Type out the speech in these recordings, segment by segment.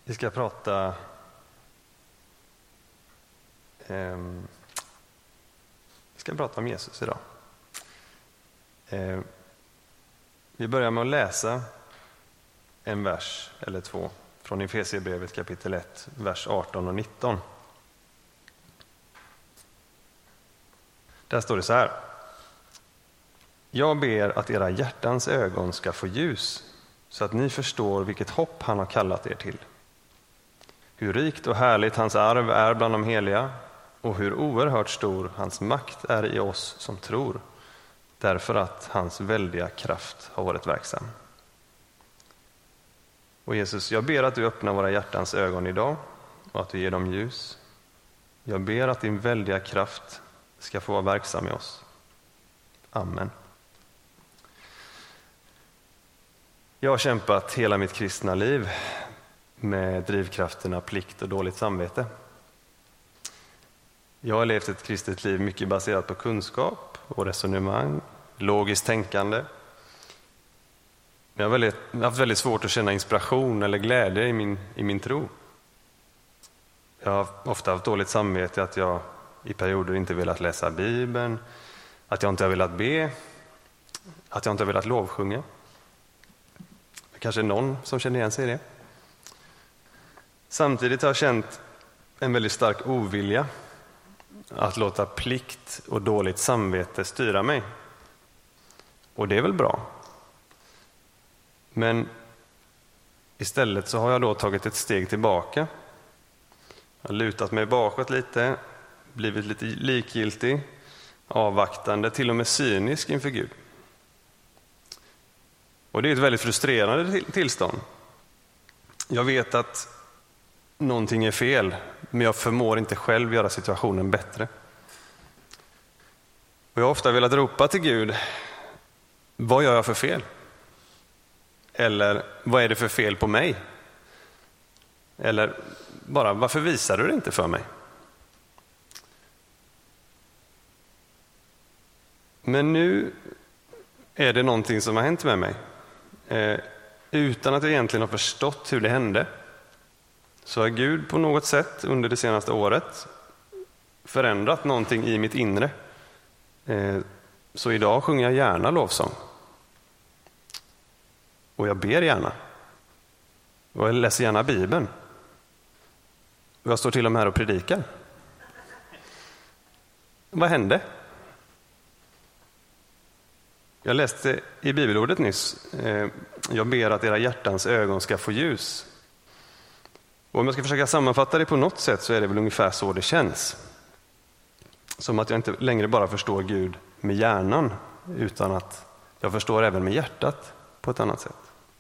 Vi ska prata om Jesus idag. Vi börjar med att läsa en vers eller två från Efesierbrevet kapitel 1, vers 18 och 19. Där står det så här: Jag ber att era hjärtans ögon ska få ljus, så att ni förstår vilket hopp han har kallat er till. Hur rikt och härligt hans arv är bland de heliga, och hur oerhört stor hans makt är i oss som tror, därför att hans väldiga kraft har varit verksam. Och Jesus, jag ber att du öppnar våra hjärtans ögon idag och att du ger dem ljus. Jag ber att din väldiga kraft ska få vara verksam i oss. Amen. Jag har kämpat hela mitt kristna liv med drivkrafterna plikt och dåligt samvete. Jag har levt ett kristet liv mycket baserat på kunskap och resonemang, logiskt tänkande. Men jag har haft väldigt svårt att känna inspiration eller glädje i min tro. Jag har ofta haft dåligt samvete att jag i perioder inte velat läsa Bibeln, att jag inte har velat be, att jag inte har velat lovsjunga. Kanske någon som känner igen sig i det. Samtidigt har jag känt en väldigt stark ovilja att låta plikt och dåligt samvete styra mig. Och det är väl bra. Men istället så har jag då tagit ett steg tillbaka. Jag har lutat mig bakåt lite, blivit lite likgiltig, avvaktande, till och med cynisk inför Gud. Och det är ett väldigt frustrerande tillstånd. Jag vet att någonting är fel, men jag förmår inte själv göra situationen bättre. Och jag har ofta velat ropa till Gud: vad gör jag för fel? Eller vad är det för fel på mig? Eller bara, varför visar du det inte för mig? Men nu är det någonting som har hänt med mig. Utan att jag egentligen har förstått hur det hände, så har Gud på något sätt under det senaste året förändrat någonting i mitt inre. Så idag sjunger jag gärna lovsång. Och jag ber gärna. Och jag läser gärna Bibeln. Och jag står till och med här och predikar. Vad hände? Jag läste i bibelordet nyss: jag ber att era hjärtans ögon ska få ljus. Och om jag ska försöka sammanfatta det på något sätt, så är det väl ungefär så det känns. Som att jag inte längre bara förstår Gud med hjärnan, utan att jag förstår även med hjärtat på ett annat sätt.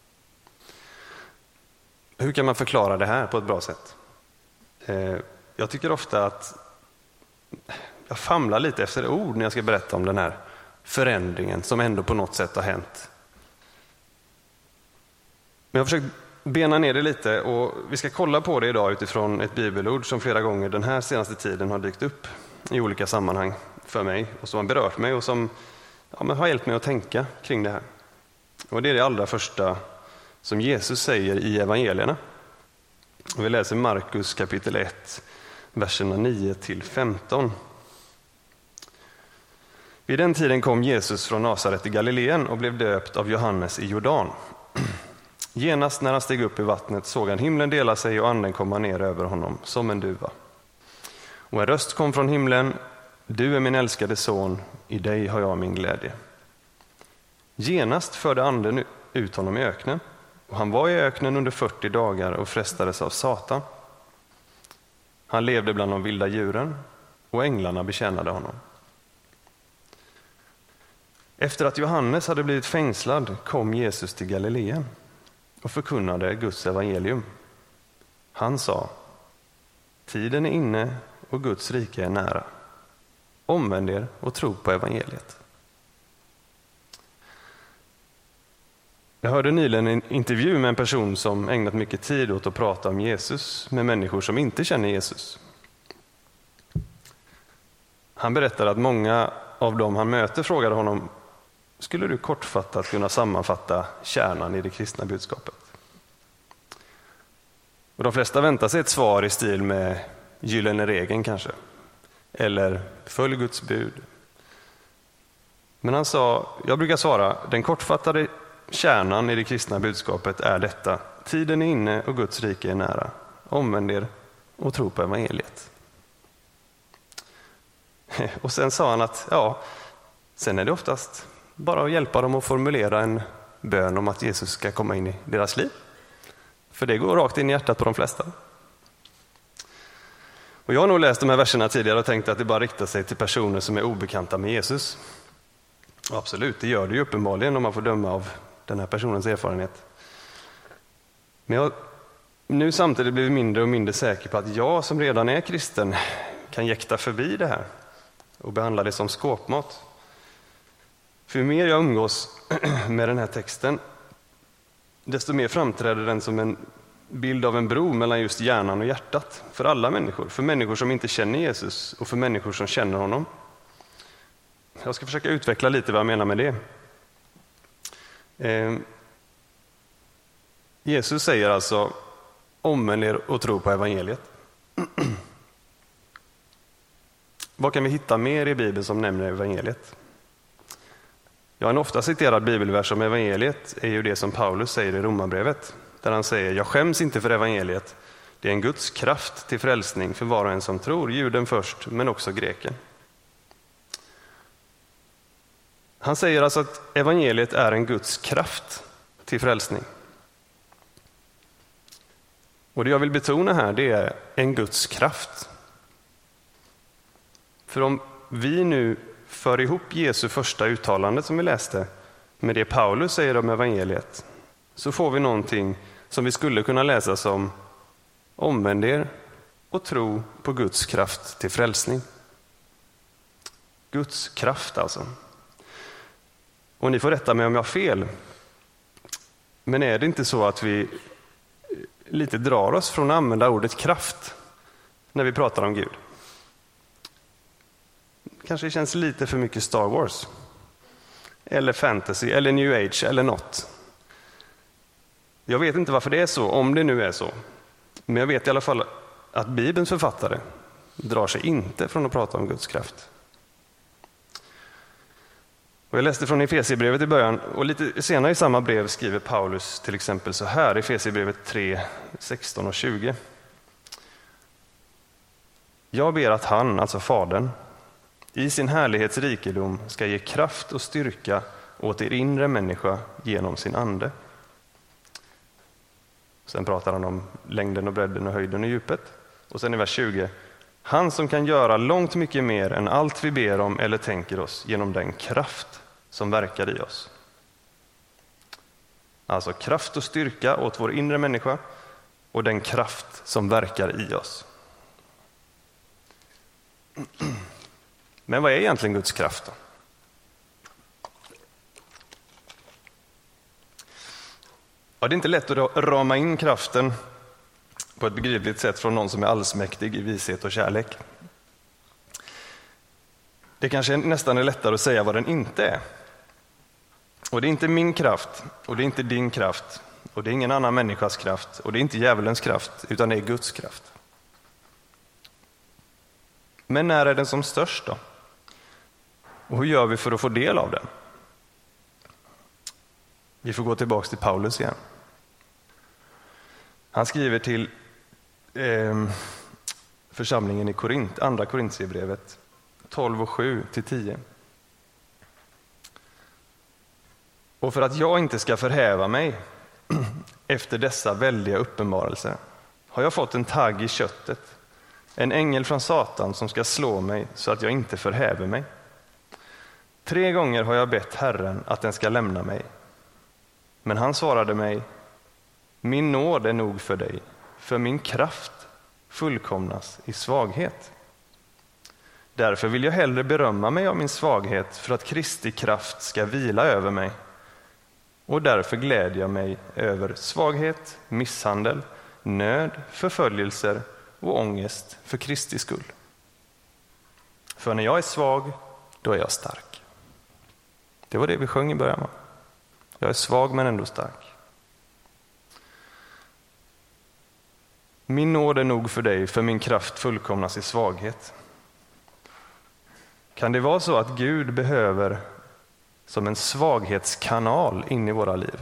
Hur kan man förklara det här på ett bra sätt? Jag tycker ofta att jag famlar lite efter ord när jag ska berätta om den här förändringen som ändå på något sätt har hänt. Men jag har försökt bena ner det lite, och vi ska kolla på det idag utifrån ett bibelord som flera gånger den här senaste tiden har dykt upp i olika sammanhang för mig, och som har berört mig och som har hjälpt mig att tänka kring det här. Och det är det allra första som Jesus säger i evangelierna. Och vi läser Markus kapitel 1, verserna 9-15. Vid den tiden kom Jesus från Nasaret i Galileen och blev döpt av Johannes i Jordan. Genast när han steg upp i vattnet såg han himlen dela sig och anden komma ner över honom som en duva. Och en röst kom från himlen: du är min älskade son, i dig har jag min glädje. Genast förde anden ut honom i öknen, och han var i öknen under 40 dagar och frestades av Satan. Han levde bland de vilda djuren, och änglarna betjänade honom. Efter att Johannes hade blivit fängslad kom Jesus till Galileen och förkunnade Guds evangelium. Han sa: tiden är inne och Guds rike är nära. Omvänd er och tro på evangeliet. Jag hörde nyligen en intervju med en person som ägnat mycket tid åt att prata om Jesus med människor som inte känner Jesus. Han berättade att många av dem han möter frågade honom: skulle du kortfattat kunna sammanfatta kärnan i det kristna budskapet? Och de flesta väntar sig ett svar i stil med gyllene regeln kanske. Eller följ Guds bud. Men han sa, jag brukar svara, den kortfattade kärnan i det kristna budskapet är detta. Tiden är inne och Guds rike är nära. Omvänd er och tro på evangeliet. Och sen sa han att sen är det oftast bara att hjälpa dem att formulera en bön om att Jesus ska komma in i deras liv. För det går rakt in i hjärtat på de flesta. Och jag har nog läst de här verserna tidigare och tänkt att det bara riktar sig till personer som är obekanta med Jesus. Och absolut, det gör det ju uppenbarligen om man får döma av den här personens erfarenhet. Men jag har nu samtidigt blivit mindre och mindre säker på att jag som redan är kristen kan jäkta förbi det här och behandla det som skåpmat. För ju mer jag umgås med den här texten, desto mer framträder den som en bild av en bro mellan just hjärnan och hjärtat. För alla människor, för människor som inte känner Jesus och för människor som känner honom. Jag ska försöka utveckla lite vad jag menar med det. Jesus säger alltså, omvänd er och tro på evangeliet. Vad kan vi hitta mer i Bibeln som nämner evangeliet? Ja, en ofta citerad bibelvers om evangeliet är ju det som Paulus säger i Romarbrevet. Där han säger, jag skäms inte för evangeliet. Det är en Guds kraft till frälsning för var och en som tror, juden först men också greken. Han säger alltså att evangeliet är en Guds kraft till frälsning. Och det jag vill betona här, det är en Guds kraft. För om vi nu för ihop Jesu första uttalande som vi läste med det Paulus säger om evangeliet, så får vi någonting som vi skulle kunna läsa som omvänd er och tro på Guds kraft till frälsning. Guds kraft alltså. Och ni får rätta mig om jag har fel. Men är det inte så att vi lite drar oss från att använda ordet kraft när vi pratar om Gud? Kanske det känns lite för mycket Star Wars. Eller fantasy, eller New Age, eller något. Jag vet inte varför det är så, om det nu är så. Men jag vet i alla fall att Bibelns författare drar sig inte från att prata om Guds kraft. Och jag läste från Efesierbrevet i början, och lite senare i samma brev skriver Paulus till exempel så här i Efesierbrevet 3, 16 och 20. Jag ber att han, alltså Fadern, i sin härlighets rikedom ska ge kraft och styrka åt er inre människa genom sin ande. Sen pratar han om längden och bredden och höjden och djupet. Och sen i vers 20. Han som kan göra långt mycket mer än allt vi ber om eller tänker oss genom den kraft som verkar i oss. Alltså kraft och styrka åt vår inre människa och den kraft som verkar i oss. Men vad är egentligen Guds kraft då? Ja, det är inte lätt att rama in kraften på ett begripligt sätt från någon som är allsmäktig i vishet och kärlek. Det kanske nästan är lättare att säga vad den inte är. Och det är inte min kraft, och det är inte din kraft, och det är ingen annan människas kraft, och det är inte djävulens kraft, utan det är Guds kraft. Men när är den som störst då? Och hur gör vi för att få del av den? Vi får gå tillbaka till Paulus igen. Han skriver till församlingen i Korint, andra Korintierbrevet 12 och 7-10. Och för att jag inte ska förhäva mig efter dessa väldiga uppenbarelser har jag fått en tagg i köttet, en ängel från Satan som ska slå mig så att jag inte förhäver mig. 3 gånger har jag bett Herren att den ska lämna mig. Men han svarade mig, min nåd är nog för dig, för min kraft fullkomnas i svaghet. Därför vill jag hellre berömma mig av min svaghet för att Kristi kraft ska vila över mig. Och därför glädjer jag mig över svaghet, misshandel, nöd, förföljelser och ångest för Kristi skull. För när jag är svag, då är jag stark. Det var det vi sjöng i början. Jag är svag men ändå stark. Min nåd är nog för dig, för min kraft fullkomnas i svaghet. Kan det vara så att Gud behöver som en svaghetskanal in i våra liv?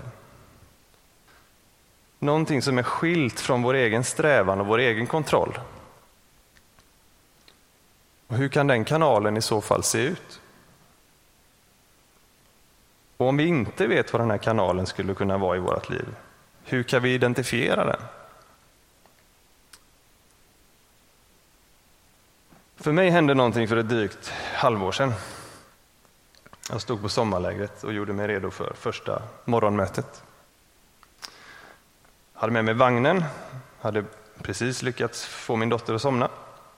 Någonting som är skilt från vår egen strävan och vår egen kontroll. Och hur kan den kanalen i så fall se ut? Och om vi inte vet vad den här kanalen skulle kunna vara i vårt liv, hur kan vi identifiera den? För mig hände någonting för ett drygt halvår sedan. Jag stod på sommarlägret och gjorde mig redo för första morgonmötet. Jag hade med mig vagnen, hade precis lyckats få min dotter att somna.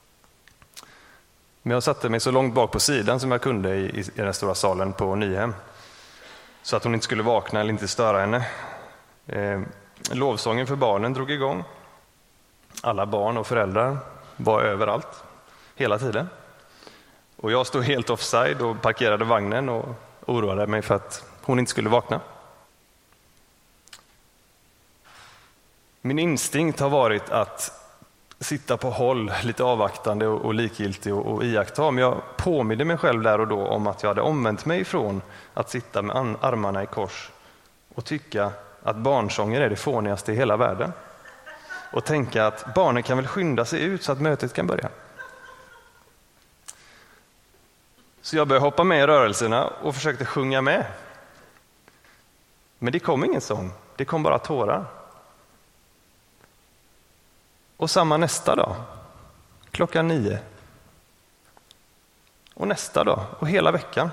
Men jag satte mig så långt bak på sidan som jag kunde i den stora salen på Nyhem. Så att hon inte skulle vakna eller inte störa henne. Lovsången för barnen drog igång. Alla barn och föräldrar var överallt, hela tiden. Och jag stod helt offside och parkerade vagnen och oroade mig för att hon inte skulle vakna. Min instinkt har varit att sitta på håll, lite avvaktande och likgiltig och iaktta. Men jag påminde mig själv där och då om att jag hade omvänt mig ifrån att sitta med armarna i kors och tycka att barnsånger är det fånigaste i hela världen. Och tänka att barnen kan väl skynda sig ut så att mötet kan börja. Så jag började hoppa med i rörelserna och försökte sjunga med. Men det kom ingen sång, det kom bara tårar. Och samma nästa dag, 9:00. Och nästa dag, och hela veckan.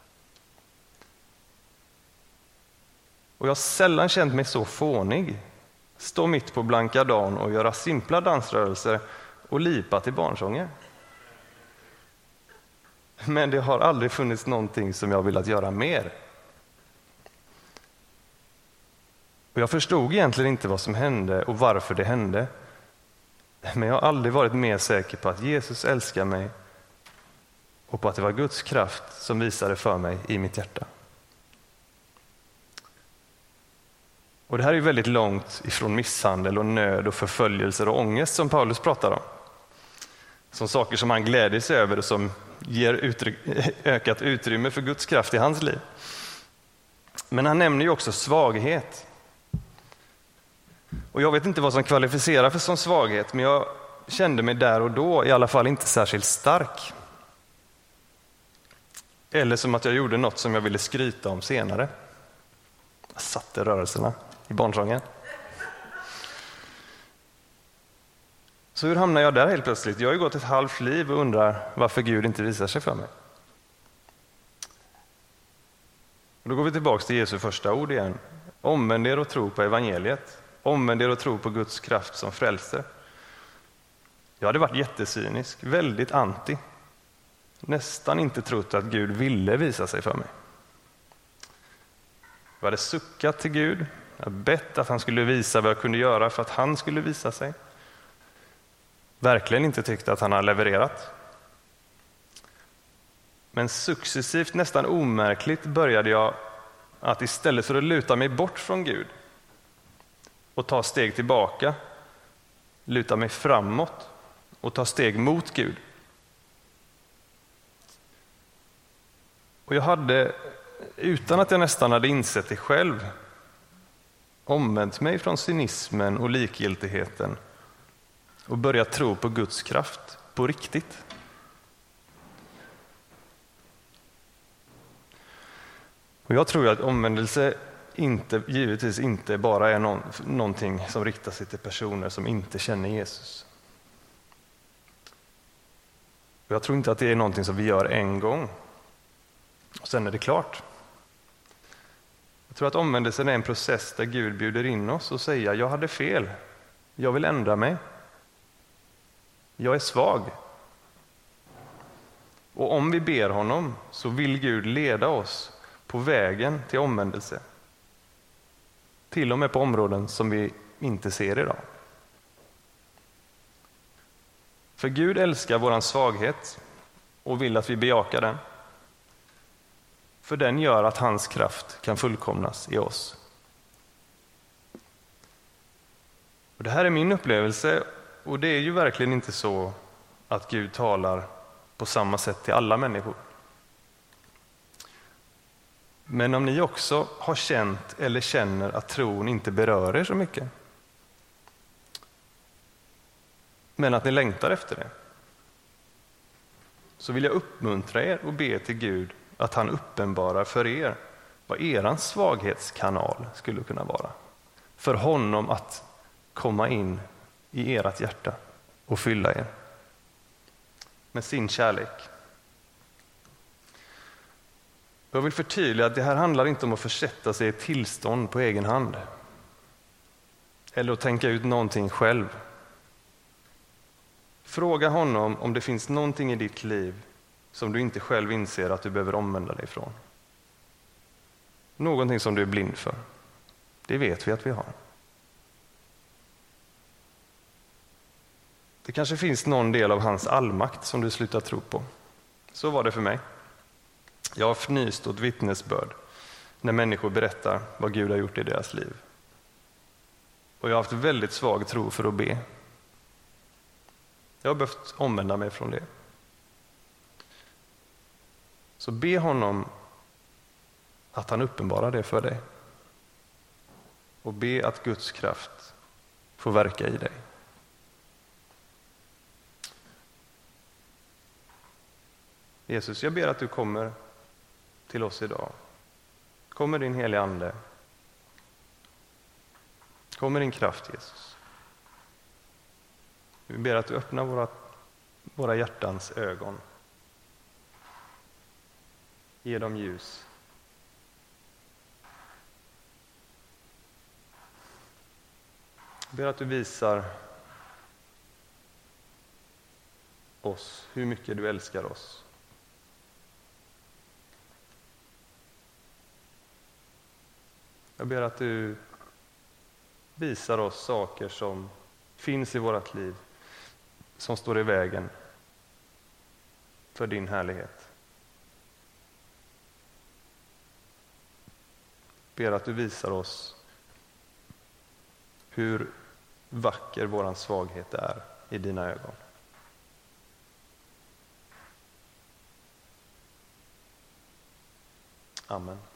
Och jag har sällan känt mig så fånig. Stå mitt på blanka dagen och göra simpla dansrörelser och lipa till barnsånger. Men det har aldrig funnits någonting som jag velat göra mer. Och jag förstod egentligen inte vad som hände och varför det hände. Men jag har aldrig varit mer säker på att Jesus älskar mig och på att det var Guds kraft som visade för mig i mitt hjärta. Och det här är väldigt långt ifrån misshandel och nöd och förföljelser och ångest som Paulus pratar om. Som saker som han gläder sig över och som ger ökat utrymme för Guds kraft i hans liv. Men han nämner ju också svaghet. Och jag vet inte vad som kvalificerar för sån svaghet, men jag kände mig där och då i alla fall inte särskilt stark. Eller som att jag gjorde något som jag ville skryta om senare. Jag satte rörelserna i barnsången. Så hur hamnar jag där helt plötsligt? Jag har ju gått ett halvt liv och undrar varför Gud inte visar sig för mig. Och då går vi tillbaka till Jesu första ord igen. Omvänd er och tro på evangeliet. Omvänd er och tro på Guds kraft som frälser. Jag hade varit jättecynisk, väldigt anti. Nästan inte trott att Gud ville visa sig för mig. Jag hade suckat till Gud. Jag hade bett att han skulle visa vad jag kunde göra för att han skulle visa sig. Verkligen inte tyckte att han har levererat. Men successivt, nästan omärkligt, började jag att istället för att luta mig bort från Gud och ta steg tillbaka, luta mig framåt och ta steg mot Gud. Och jag hade, utan att jag nästan hade insett det själv, omvänt mig från cynismen och likgiltigheten och börjat tro på Guds kraft på riktigt. Och jag tror att omvändelse givetvis inte bara är någonting som riktar sig till personer som inte känner Jesus. Och jag tror inte att det är någonting som vi gör en gång och sen är det klart. Jag tror att omvändelsen är en process där Gud bjuder in oss och säger: jag hade fel, jag vill ändra mig, jag är svag. Och om vi ber honom så vill Gud leda oss på vägen till omvändelse. Till och med på områden som vi inte ser idag. För Gud älskar våran svaghet och vill att vi bejakar den. För den gör att hans kraft kan fullkomnas i oss. Och det här är min upplevelse Och det är ju verkligen inte så att Gud talar på samma sätt till alla människor. Men om ni också har känt eller känner att tron inte berör er så mycket, men att ni längtar efter det, så vill jag uppmuntra er och be till Gud att han uppenbarar för er vad eran svaghetskanal skulle kunna vara. För honom att komma in i ert hjärta och fylla er med sin kärlek. Jag vill förtydliga att det här handlar inte om att försätta sig i ett tillstånd på egen hand. Eller att tänka ut någonting själv. Fråga honom om det finns någonting i ditt liv som du inte själv inser att du behöver omvända dig från. Någonting som du är blind för. Det vet vi att vi har. Det kanske finns någon del av hans allmakt som du slutar tro på. Så var det för mig. Jag har fnyst åt vittnesbörd när människor berättar vad Gud har gjort i deras liv. Och jag har haft väldigt svag tro för att be. Jag har behövt omvända mig från det. Så be honom att han uppenbarar det för dig. Och be att Guds kraft får verka i dig. Jesus, jag ber att du kommer till oss idag. Kommer din heliga ande. Kommer din kraft, Jesus. Vi ber att du öppnar våra hjärtans ögon. Ge dem ljus. Jag ber att du visar oss hur mycket du älskar oss. Jag ber att du visar oss saker som finns i vårt liv som står i vägen för din härlighet. Jag ber att du visar oss hur vacker våran svaghet är i dina ögon. Amen.